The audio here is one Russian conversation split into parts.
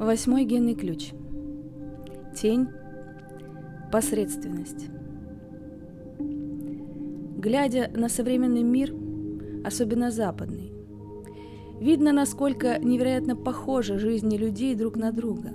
8-й генный ключ. Тень. Посредственность. Глядя на современный мир, особенно западный, видно, насколько невероятно похожи жизни людей друг на друга.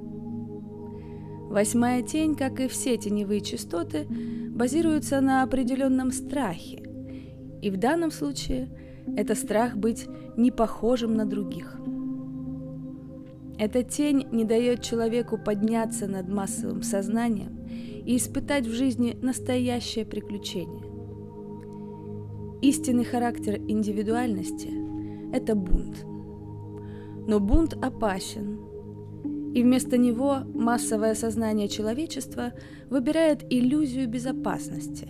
8-я тень, как и все теневые частоты, базируется на определенном страхе, и в данном случае это страх быть не похожим на других. Эта тень не дает человеку подняться над массовым сознанием и испытать в жизни настоящее приключение. Истинный характер индивидуальности – это бунт. Но бунт опасен, и вместо него массовое сознание человечества выбирает иллюзию безопасности.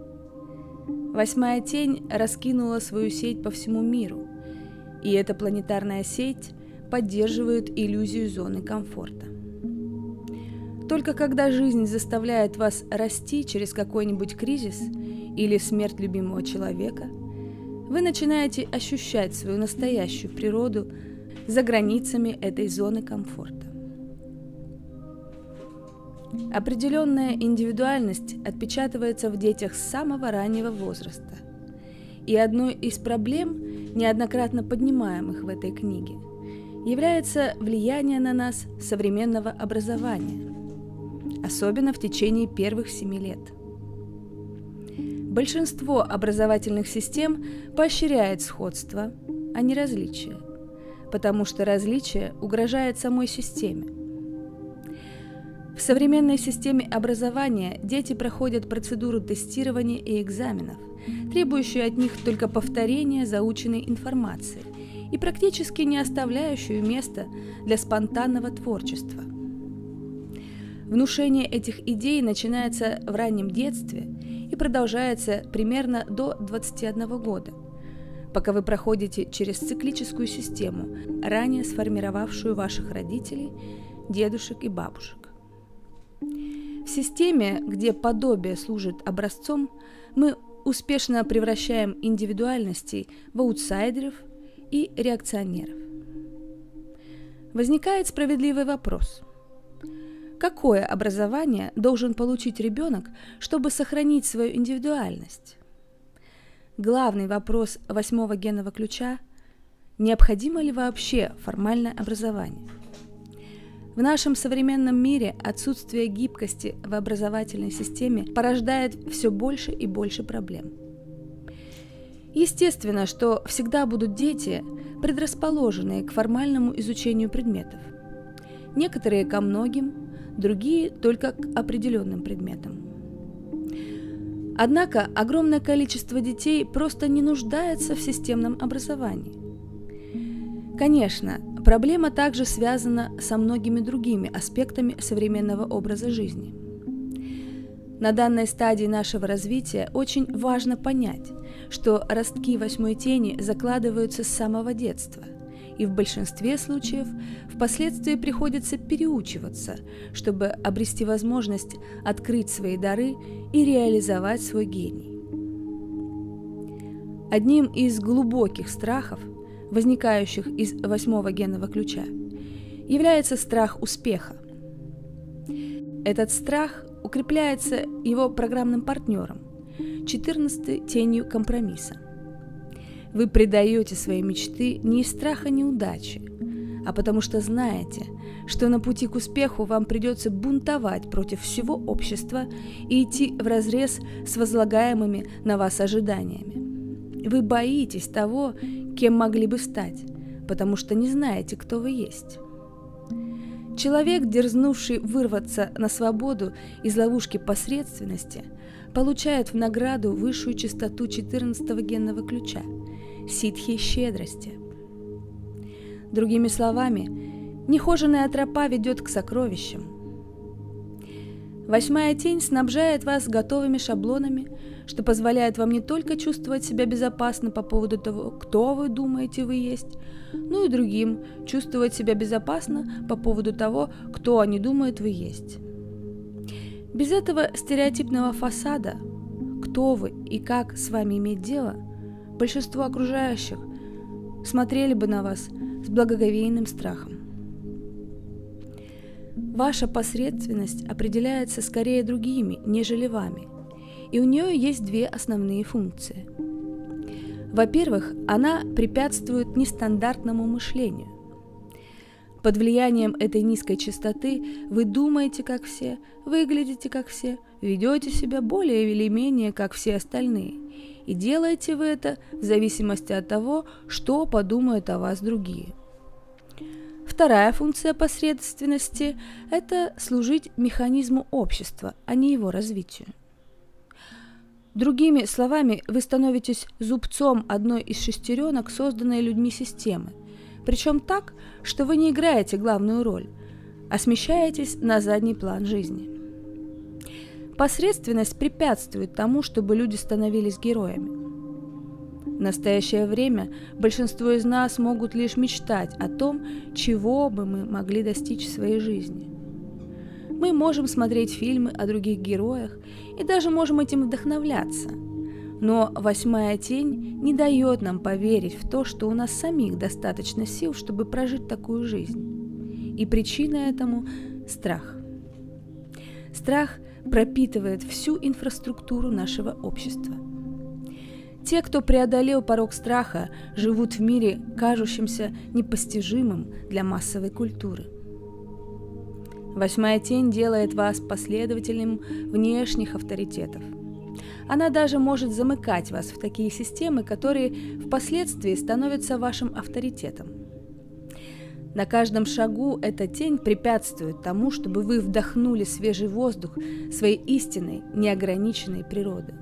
8-я тень раскинула свою сеть по всему миру, и эта планетарная сеть поддерживает иллюзию зоны комфорта. Только когда жизнь заставляет вас расти через какой-нибудь кризис или смерть любимого человека, вы начинаете ощущать свою настоящую природу за границами этой зоны комфорта. Определенная индивидуальность отпечатывается в детях с самого раннего возраста. И одной из проблем, неоднократно поднимаемых в этой книге, является влияние на нас современного образования, особенно в течение первых 7 лет. Большинство образовательных систем поощряет сходство, а не различие, потому что различие угрожает самой системе. В современной системе образования дети проходят процедуру тестирования и экзаменов, требующую от них только повторения заученной информации и практически не оставляющую места для спонтанного творчества. Внушение этих идей начинается в раннем детстве и продолжается примерно до 21 года, пока вы проходите через циклическую систему, ранее сформировавшую ваших родителей, дедушек и бабушек. В системе, где подобие служит образцом, мы успешно превращаем индивидуальностей в аутсайдеров и реакционеров. Возникает справедливый вопрос. Какое образование должен получить ребенок, чтобы сохранить свою индивидуальность? Главный вопрос 8-го генного ключа – необходимо ли вообще формальное образование? В нашем современном мире отсутствие гибкости в образовательной системе порождает все больше и больше проблем. Естественно, что всегда будут дети, предрасположенные к формальному изучению предметов. Некоторые ко многим, другие только к определенным предметам. Однако огромное количество детей просто не нуждается в системном образовании. Конечно, проблема также связана со многими другими аспектами современного образа жизни. На данной стадии нашего развития очень важно понять, что ростки 8-й тени закладываются с самого детства, и в большинстве случаев впоследствии приходится переучиваться, чтобы обрести возможность открыть свои дары и реализовать свой гений. Одним из глубоких страхов, возникающих из 8-го генного ключа, является страх успеха. Этот страх укрепляется его программным партнером, 14-й тенью компромисса. Вы предаете свои мечты не из страха неудачи, а потому что знаете, что на пути к успеху вам придется бунтовать против всего общества и идти вразрез с возлагаемыми на вас ожиданиями. Вы боитесь того, кем могли бы стать, потому что не знаете, кто вы есть. Человек, дерзнувший вырваться на свободу из ловушки посредственности, получает в награду высшую частоту 14-го генного ключа – ситхи щедрости. Другими словами, нехоженая тропа ведет к сокровищам. 8-я тень снабжает вас готовыми шаблонами, что позволяет вам не только чувствовать себя безопасно по поводу того, кто вы думаете вы есть, но и другим чувствовать себя безопасно по поводу того, кто они думают вы есть. Без этого стереотипного фасада, кто вы и как с вами иметь дело, большинство окружающих смотрели бы на вас с благоговейным страхом. Ваша посредственность определяется скорее другими, нежели вами, и у нее есть две основные функции. Во-первых, она препятствует нестандартному мышлению. Под влиянием этой низкой частоты вы думаете, как все, выглядите, как все, ведете себя более или менее, как все остальные, и делаете вы это в зависимости от того, что подумают о вас другие. Вторая функция посредственности – это служить механизму общества, а не его развитию. Другими словами, вы становитесь зубцом одной из шестеренок, созданной людьми системы, причем так, что вы не играете главную роль, а смещаетесь на задний план жизни. Посредственность препятствует тому, чтобы люди становились героями. В настоящее время большинство из нас могут лишь мечтать о том, чего бы мы могли достичь в своей жизни. Мы можем смотреть фильмы о других героях и даже можем этим вдохновляться. Но восьмая тень не дает нам поверить в то, что у нас самих достаточно сил, чтобы прожить такую жизнь. И причина этому – страх. Страх пропитывает всю инфраструктуру нашего общества. Те, кто преодолел порог страха, живут в мире, кажущемся непостижимым для массовой культуры. Восьмая тень делает вас последователем внешних авторитетов. Она даже может замыкать вас в такие системы, которые впоследствии становятся вашим авторитетом. На каждом шагу эта тень препятствует тому, чтобы вы вдохнули свежий воздух своей истинной, неограниченной природы.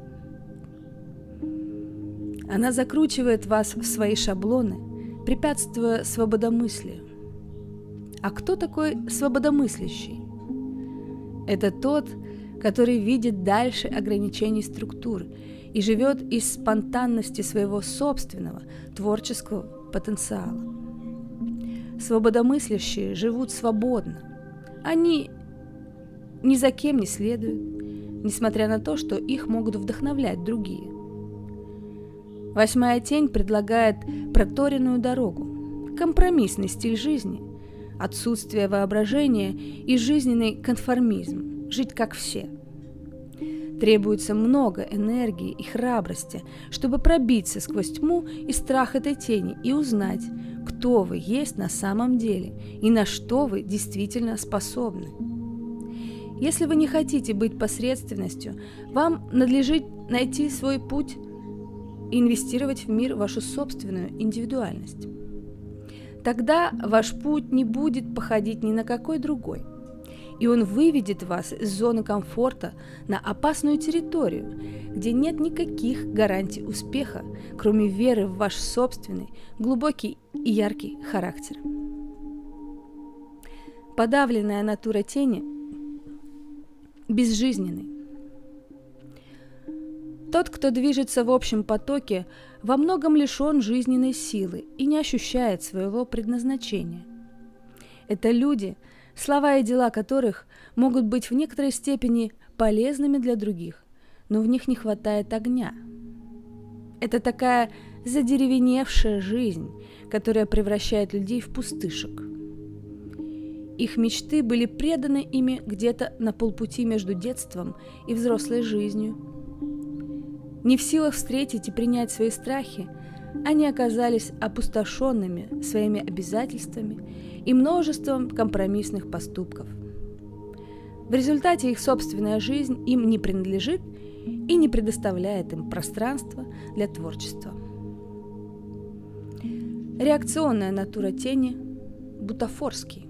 Она закручивает вас в свои шаблоны, препятствуя свободомыслию. А кто такой свободомыслящий? Это тот, который видит дальше ограничений структур и живет из спонтанности своего собственного творческого потенциала. Свободомыслящие живут свободно. Они ни за кем не следуют, несмотря на то, что их могут вдохновлять другие. Восьмая тень предлагает проторенную дорогу, компромиссный стиль жизни, отсутствие воображения и жизненный конформизм, жить как все. Требуется много энергии и храбрости, чтобы пробиться сквозь тьму и страх этой тени и узнать, кто вы есть на самом деле и на что вы действительно способны. Если вы не хотите быть посредственностью, вам надлежит найти свой путь и инвестировать в мир вашу собственную индивидуальность. Тогда ваш путь не будет походить ни на какой другой, и он выведет вас из зоны комфорта на опасную территорию, где нет никаких гарантий успеха, кроме веры в ваш собственный, глубокий и яркий характер. Подавленная натура тени безжизненный. Тот, кто движется в общем потоке, во многом лишен жизненной силы и не ощущает своего предназначения. Это люди, слова и дела которых могут быть в некоторой степени полезными для других, но в них не хватает огня. Это такая задеревеневшая жизнь, которая превращает людей в пустышек. Их мечты были преданы ими где-то на полпути между детством и взрослой жизнью. Не в силах встретить и принять свои страхи, они оказались опустошенными своими обязательствами и множеством компромиссных поступков. В результате их собственная жизнь им не принадлежит и не предоставляет им пространства для творчества. Реакционная натура тени – бутафорский.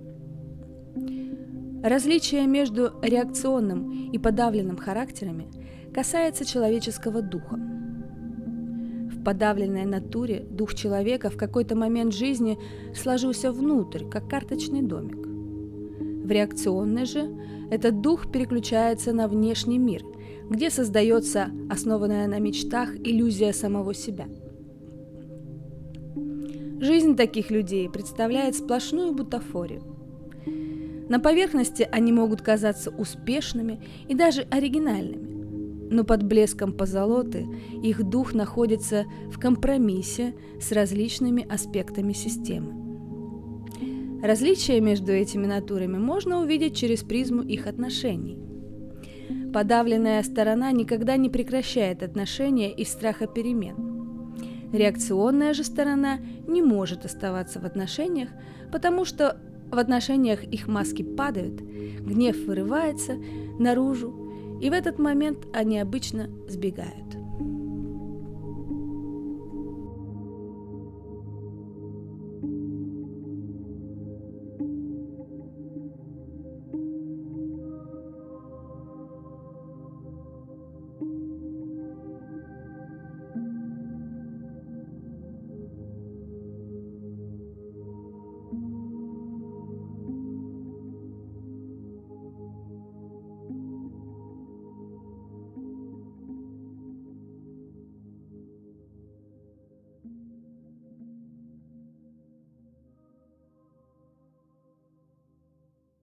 Различие между реакционным и подавленным характерами касается человеческого духа. В подавленной натуре дух человека в какой-то момент жизни сложился внутрь, как карточный домик. В реакционной же этот дух переключается на внешний мир, где создается основанная на мечтах иллюзия самого себя. Жизнь таких людей представляет сплошную бутафорию. На поверхности они могут казаться успешными и даже оригинальными, но под блеском позолоты их дух находится в компромиссе с различными аспектами системы. Различия между этими натурами можно увидеть через призму их отношений. Подавленная сторона никогда не прекращает отношения из страха перемен. Реакционная же сторона не может оставаться в отношениях, потому что в отношениях их маски падают, гнев вырывается наружу, и в этот момент они обычно сбегают.